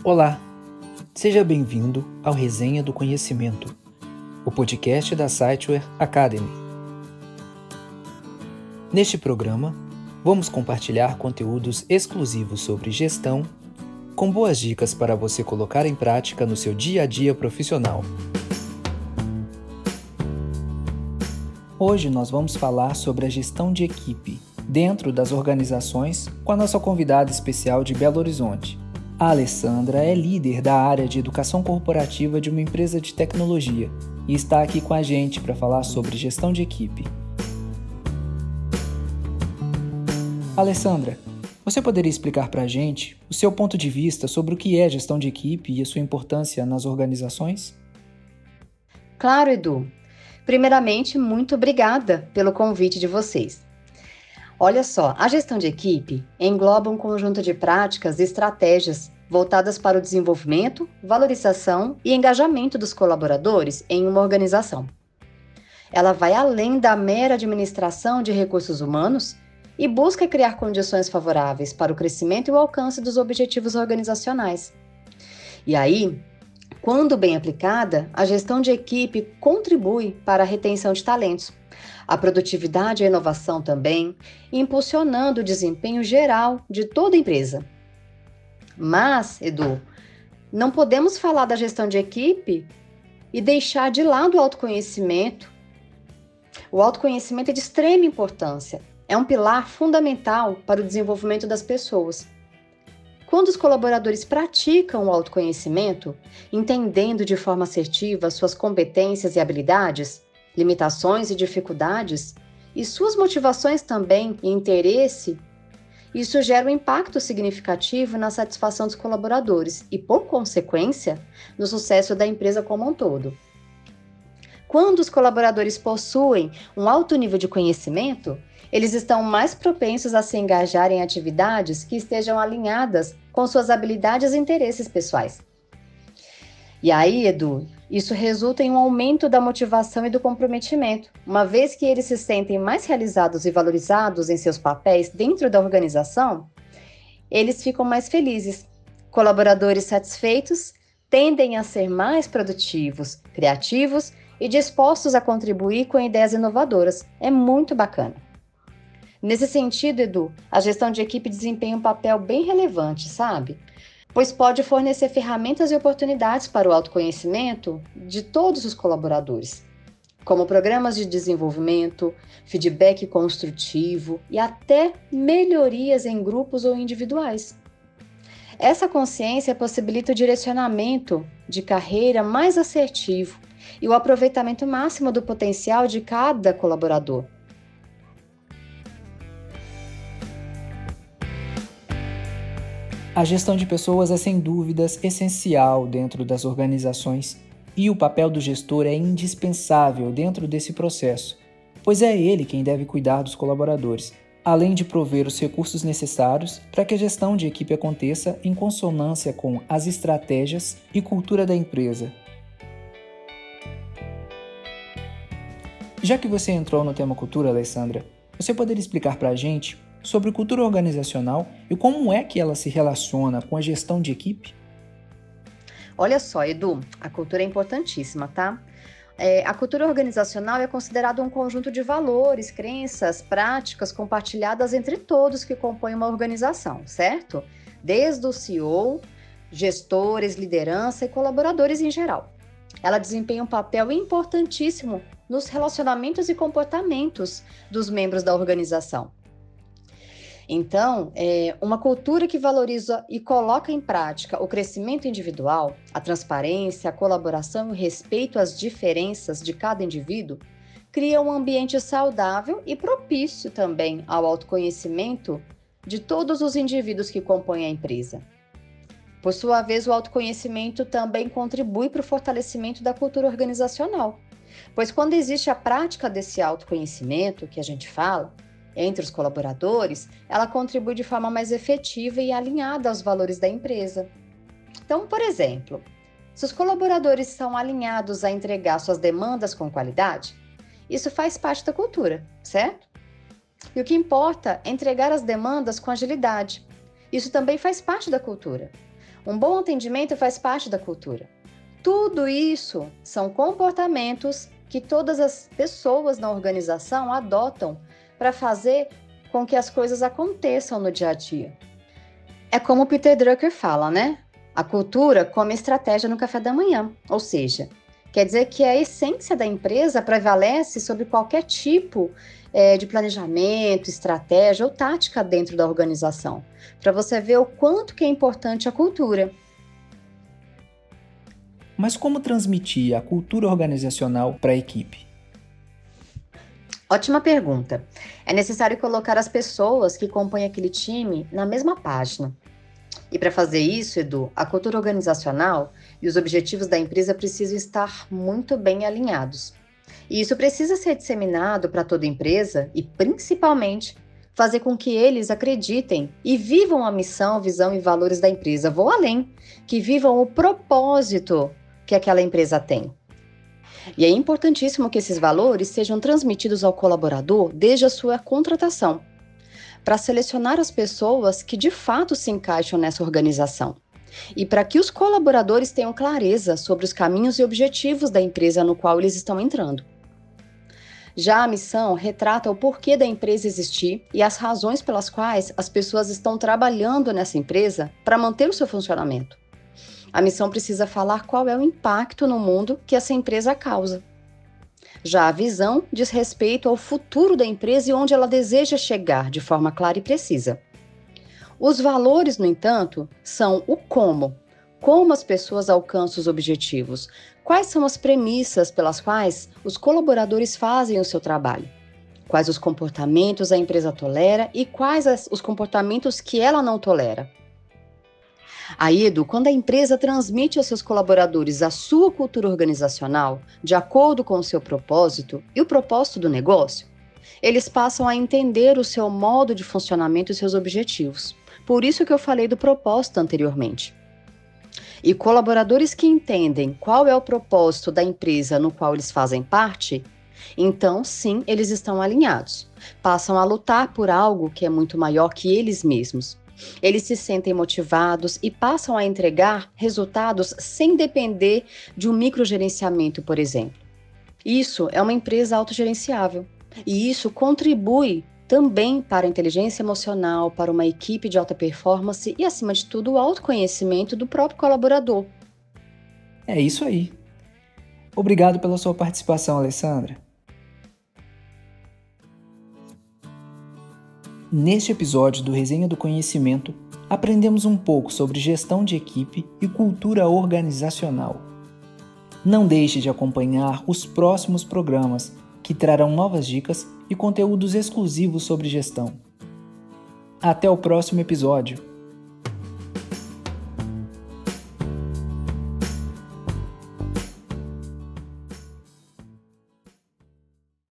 Olá, seja bem-vindo ao Resenha do Conhecimento, o podcast da Siteware Academy. Neste programa, vamos compartilhar conteúdos exclusivos sobre gestão, com boas dicas para você colocar em prática no seu dia a dia profissional. Hoje nós vamos falar sobre a gestão de equipe dentro das organizações com a nossa convidada especial de Belo Horizonte. A Alessandra é líder da área de educação corporativa de uma empresa de tecnologia e está aqui com a gente para falar sobre gestão de equipe. Alessandra, você poderia explicar para a gente o seu ponto de vista sobre o que é gestão de equipe e a sua importância nas organizações? Claro, Edu. Primeiramente, muito obrigada pelo convite de vocês. Olha só, a gestão de equipe engloba um conjunto de práticas e estratégias voltadas para o desenvolvimento, valorização e engajamento dos colaboradores em uma organização. Ela vai além da mera administração de recursos humanos e busca criar condições favoráveis para o crescimento e o alcance dos objetivos organizacionais. E aí, quando bem aplicada, a gestão de equipe contribui para a retenção de talentos, a produtividade e a inovação também, impulsionando o desempenho geral de toda a empresa. Mas, Edu, não podemos falar da gestão de equipe e deixar de lado o autoconhecimento. O autoconhecimento é de extrema importância, é um pilar fundamental para o desenvolvimento das pessoas. Quando os colaboradores praticam o autoconhecimento, entendendo de forma assertiva suas competências e habilidades, limitações e dificuldades, e suas motivações também e interesse, isso gera um impacto significativo na satisfação dos colaboradores e, por consequência, no sucesso da empresa como um todo. Quando os colaboradores possuem um alto nível de conhecimento, eles estão mais propensos a se engajar em atividades que estejam alinhadas com suas habilidades e interesses pessoais. E aí, Edu, isso resulta em um aumento da motivação e do comprometimento, uma vez que eles se sentem mais realizados e valorizados em seus papéis dentro da organização, eles ficam mais felizes. Colaboradores satisfeitos tendem a ser mais produtivos, criativos e dispostos a contribuir com ideias inovadoras. É muito bacana. Nesse sentido, Edu, a gestão de equipe desempenha um papel bem relevante, sabe? Pois pode fornecer ferramentas e oportunidades para o autoconhecimento de todos os colaboradores, como programas de desenvolvimento, feedback construtivo e até melhorias em grupos ou individuais. Essa consciência possibilita o direcionamento de carreira mais assertivo e o aproveitamento máximo do potencial de cada colaborador. A gestão de pessoas é sem dúvidas essencial dentro das organizações e o papel do gestor é indispensável dentro desse processo, pois é ele quem deve cuidar dos colaboradores, além de prover os recursos necessários para que a gestão de equipe aconteça em consonância com as estratégias e cultura da empresa. Já que você entrou no tema cultura, Alessandra, você poderia explicar para a gente sobre cultura organizacional e como é que ela se relaciona com a gestão de equipe? Olha só, Edu, a cultura é importantíssima, tá? A cultura organizacional é considerada um conjunto de valores, crenças, práticas compartilhadas entre todos que compõem uma organização, certo? Desde o CEO, gestores, liderança e colaboradores em geral. Ela desempenha um papel importantíssimo nos relacionamentos e comportamentos dos membros da organização. Então, uma cultura que valoriza e coloca em prática o crescimento individual, a transparência, a colaboração e o respeito às diferenças de cada indivíduo, cria um ambiente saudável e propício também ao autoconhecimento de todos os indivíduos que compõem a empresa. Por sua vez, o autoconhecimento também contribui para o fortalecimento da cultura organizacional, pois quando existe a prática desse autoconhecimento que a gente fala, entre os colaboradores, ela contribui de forma mais efetiva e alinhada aos valores da empresa. Então, por exemplo, se os colaboradores são alinhados a entregar suas demandas com qualidade, isso faz parte da cultura, certo? E o que importa é entregar as demandas com agilidade. Isso também faz parte da cultura. Um bom atendimento faz parte da cultura. Tudo isso são comportamentos que todas as pessoas na organização adotam para fazer com que as coisas aconteçam no dia a dia. É como o Peter Drucker fala, né? A cultura come estratégia no café da manhã, ou seja, quer dizer que a essência da empresa prevalece sobre qualquer tipo de planejamento, estratégia ou tática dentro da organização, para você ver o quanto que é importante a cultura. Mas como transmitir a cultura organizacional para a equipe? Ótima pergunta. É necessário colocar as pessoas que compõem aquele time na mesma página. E para fazer isso, Edu, a cultura organizacional e os objetivos da empresa precisam estar muito bem alinhados. E isso precisa ser disseminado para toda a empresa e, principalmente, fazer com que eles acreditem e vivam a missão, visão e valores da empresa. Vou além, que vivam o propósito que aquela empresa tem. E é importantíssimo que esses valores sejam transmitidos ao colaborador desde a sua contratação, para selecionar as pessoas que de fato se encaixam nessa organização e para que os colaboradores tenham clareza sobre os caminhos e objetivos da empresa no qual eles estão entrando. Já a missão retrata o porquê da empresa existir e as razões pelas quais as pessoas estão trabalhando nessa empresa para manter o seu funcionamento. A missão precisa falar qual é o impacto no mundo que essa empresa causa. Já a visão diz respeito ao futuro da empresa e onde ela deseja chegar de forma clara e precisa. Os valores, no entanto, são o como. Como as pessoas alcançam os objetivos? Quais são as premissas pelas quais os colaboradores fazem o seu trabalho? Quais os comportamentos a empresa tolera e quais os comportamentos que ela não tolera? Aí, Edu, quando a empresa transmite aos seus colaboradores a sua cultura organizacional, de acordo com o seu propósito e o propósito do negócio, eles passam a entender o seu modo de funcionamento e seus objetivos. Por isso que eu falei do propósito anteriormente. E colaboradores que entendem qual é o propósito da empresa no qual eles fazem parte, então sim, eles estão alinhados. Passam a lutar por algo que é muito maior que eles mesmos. Eles se sentem motivados e passam a entregar resultados sem depender de um microgerenciamento, por exemplo. Isso é uma empresa autogerenciável e isso contribui também para a inteligência emocional, para uma equipe de alta performance e, acima de tudo, o autoconhecimento do próprio colaborador. É isso aí. Obrigado pela sua participação, Alessandra. Neste episódio do Resenha do Conhecimento, aprendemos um pouco sobre gestão de equipe e cultura organizacional. Não deixe de acompanhar os próximos programas, que trarão novas dicas e conteúdos exclusivos sobre gestão. Até o próximo episódio!